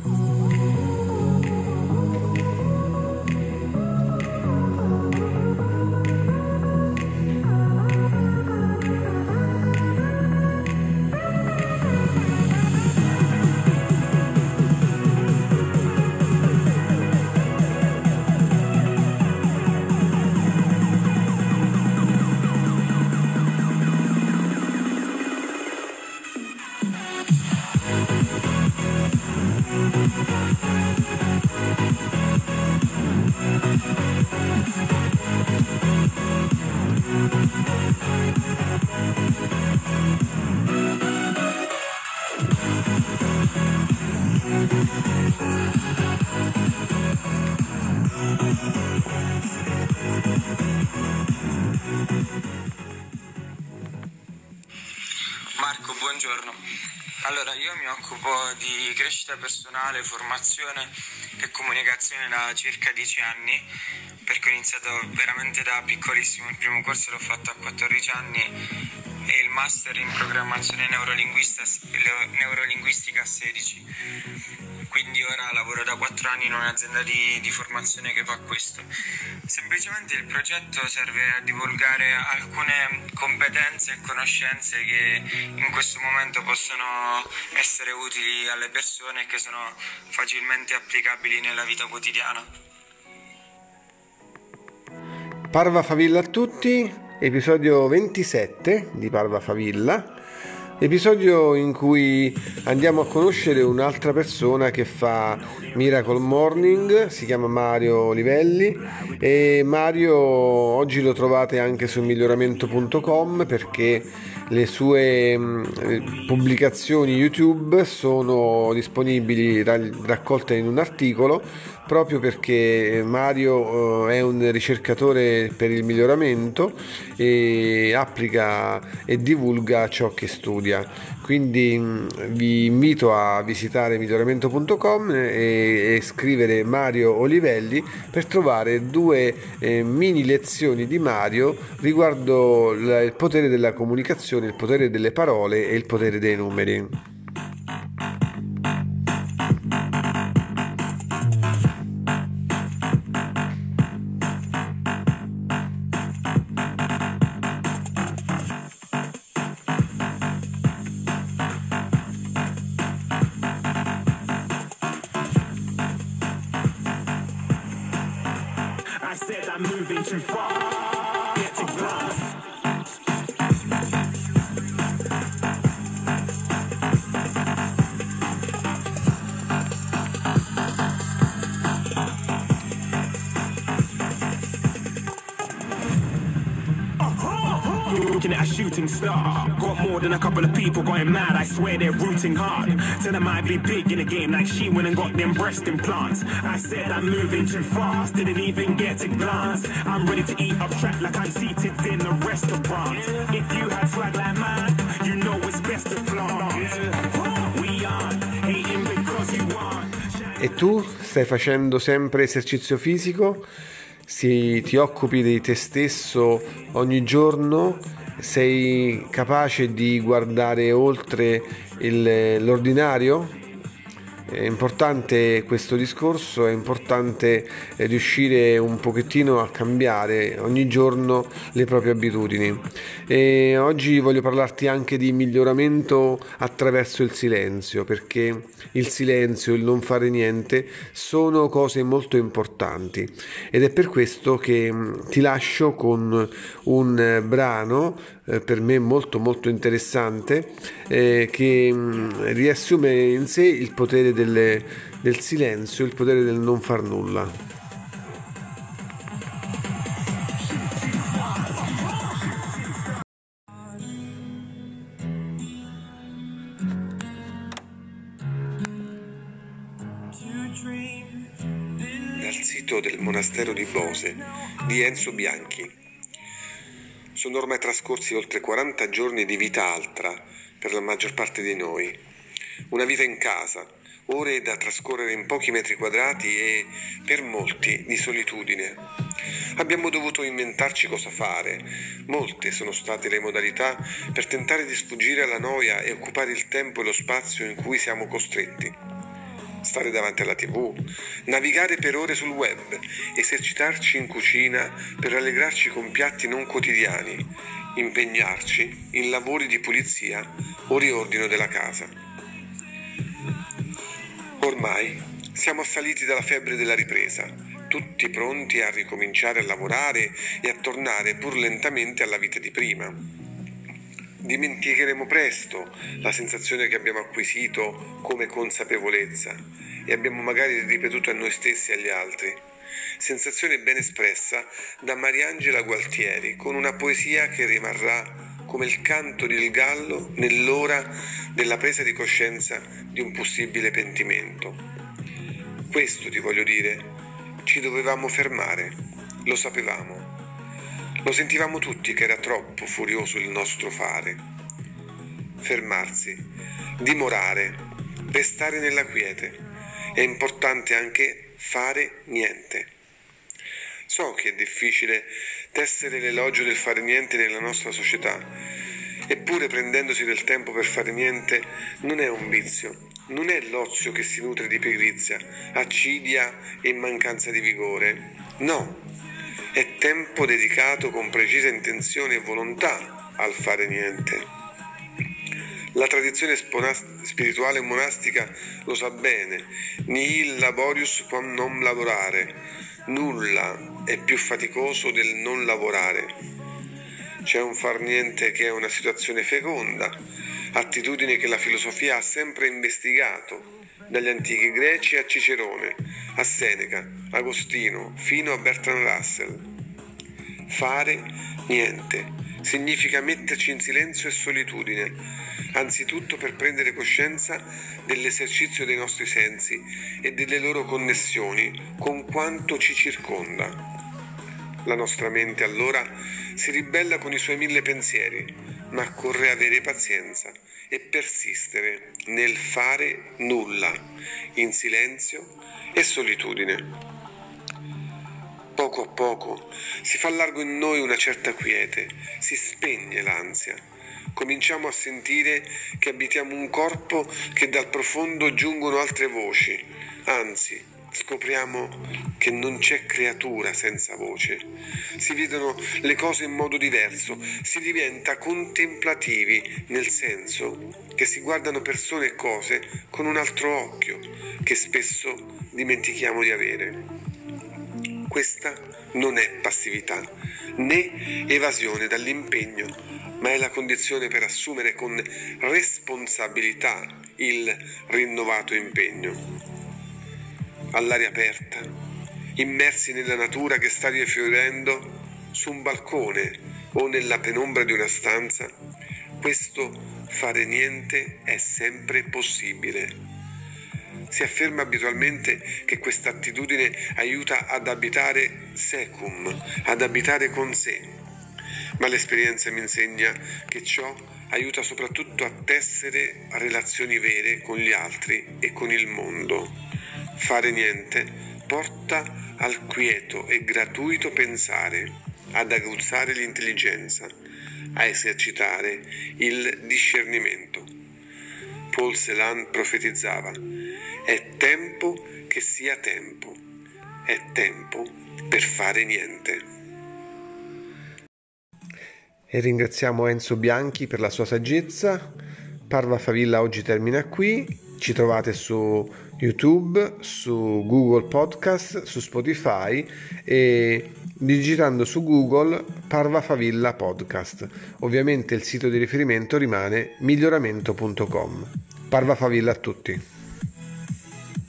Marco, buongiorno. Allora, io mi occupo di crescita personale, formazione e comunicazione da circa 10 anni, perché ho iniziato veramente da piccolissimo. Il primo corso l'ho fatto a 14 anni e il master in programmazione neurolinguistica a 16. Quindi ora lavoro da 4 anni in un'azienda di formazione che fa questo. Semplicemente il progetto serve a divulgare alcune competenze e conoscenze che in questo momento possono essere utili alle persone e che sono facilmente applicabili nella vita quotidiana. Parva Favilla a tutti, episodio 27 di Parva Favilla. Episodio in cui andiamo a conoscere un'altra persona che fa Miracle Morning, si chiama Mario Livelli, e Mario oggi lo trovate anche su miglioramento.com perché le sue pubblicazioni YouTube sono disponibili raccolte in un articolo, proprio perché Mario è un ricercatore per il miglioramento e applica e divulga ciò che studia. Quindi vi invito a visitare miglioramento.com e scrivere Mario Olivelli per trovare 2 mini lezioni di Mario riguardo il potere della comunicazione, il potere delle parole e il potere dei numeri. I said I'm moving too far. Get to glass. Looking at a shooting star. Got more than a couple of people going mad. I swear they're rooting hard. Tell them I'd be big in the game like she went and got them breast implants. I said I'm moving too fast. Didn't even get a glance. I'm ready to eat up track like I'm seated in a restaurant. If you had swag like mine, you know it's best to flaunt. We aren't hating because you want. E tu stai facendo sempre esercizio fisico? Ti occupi di te stesso ogni giorno? Sei capace di guardare oltre l'ordinario? È importante questo discorso, è importante riuscire un pochettino a cambiare ogni giorno le proprie abitudini. E oggi voglio parlarti anche di miglioramento attraverso il silenzio, perché il silenzio, il non fare niente sono cose molto importanti, ed è per questo che ti lascio con un brano per me molto molto interessante che riassume in sé il potere del silenzio, il potere del non far nulla. Dal sito del monastero di Bose di Enzo Bianchi. Sono ormai trascorsi oltre 40 giorni di vita altra per la maggior parte di noi. Una vita in casa, ore da trascorrere in pochi metri quadrati e, per molti, di solitudine. Abbiamo dovuto inventarci cosa fare. Molte sono state le modalità per tentare di sfuggire alla noia e occupare il tempo e lo spazio in cui siamo costretti. stare davanti alla TV, navigare per ore sul web, esercitarci in cucina per rallegrarci con piatti non quotidiani, impegnarci in lavori di pulizia o riordino della casa. Ormai siamo assaliti dalla febbre della ripresa, tutti pronti a ricominciare a lavorare e a tornare pur lentamente alla vita di prima. Dimenticheremo presto la sensazione che abbiamo acquisito come consapevolezza e abbiamo magari ripetuto a noi stessi e agli altri. Sensazione ben espressa da Mariangela Gualtieri con una poesia che rimarrà come il canto del gallo nell'ora della presa di coscienza di un possibile pentimento. Questo ti voglio dire, ci dovevamo fermare, lo sapevamo. Lo sentivamo tutti che era troppo furioso il nostro fare. Fermarsi, dimorare, restare nella quiete. È importante anche fare niente. So che è difficile tessere l'elogio del fare niente nella nostra società, eppure prendendosi del tempo per fare niente non è un vizio, non è l'ozio che si nutre di pigrizia, accidia e mancanza di vigore. No. È tempo dedicato con precisa intenzione e volontà al fare niente. La tradizione spirituale monastica lo sa bene, nihil laborius quam non lavorare, nulla è più faticoso del non lavorare. C'è un far niente che è una situazione feconda, attitudine che la filosofia ha sempre investigato, dagli antichi greci a Cicerone, a Seneca, Agostino, fino a Bertrand Russell. Fare niente significa metterci in silenzio e solitudine, anzitutto per prendere coscienza dell'esercizio dei nostri sensi e delle loro connessioni con quanto ci circonda. La nostra mente allora si ribella con i suoi 1000 pensieri, ma occorre avere pazienza e persistere nel fare nulla, in silenzio e solitudine. Poco a poco si fa largo in noi una certa quiete, si spegne l'ansia. Cominciamo a sentire che abitiamo un corpo che dal profondo giungono altre voci, anzi scopriamo che non c'è creatura senza voce. Si vedono le cose in modo diverso, si diventa contemplativi, nel senso che si guardano persone e cose con un altro occhio che spesso dimentichiamo di avere. Questa non è passività, né evasione dall'impegno, ma è la condizione per assumere con responsabilità il rinnovato impegno. All'aria aperta, immersi nella natura che sta rifiorendo, su un balcone o nella penombra di una stanza, questo fare niente è sempre possibile. Si afferma abitualmente che questa attitudine aiuta ad abitare secum, ad abitare con sé, ma l'esperienza mi insegna che ciò aiuta soprattutto a tessere relazioni vere con gli altri e con il mondo. Fare niente porta al quieto e gratuito pensare, ad aguzzare l'intelligenza, a esercitare il discernimento. Paul Celan profetizzava: è tempo che sia tempo, è tempo per fare niente. E ringraziamo Enzo Bianchi per la sua saggezza. Parva Favilla oggi termina qui. Ci trovate su YouTube, su Google Podcast, su Spotify e digitando su Google Parva Favilla Podcast. Ovviamente il sito di riferimento rimane miglioramento.com. Parva Favilla a tutti.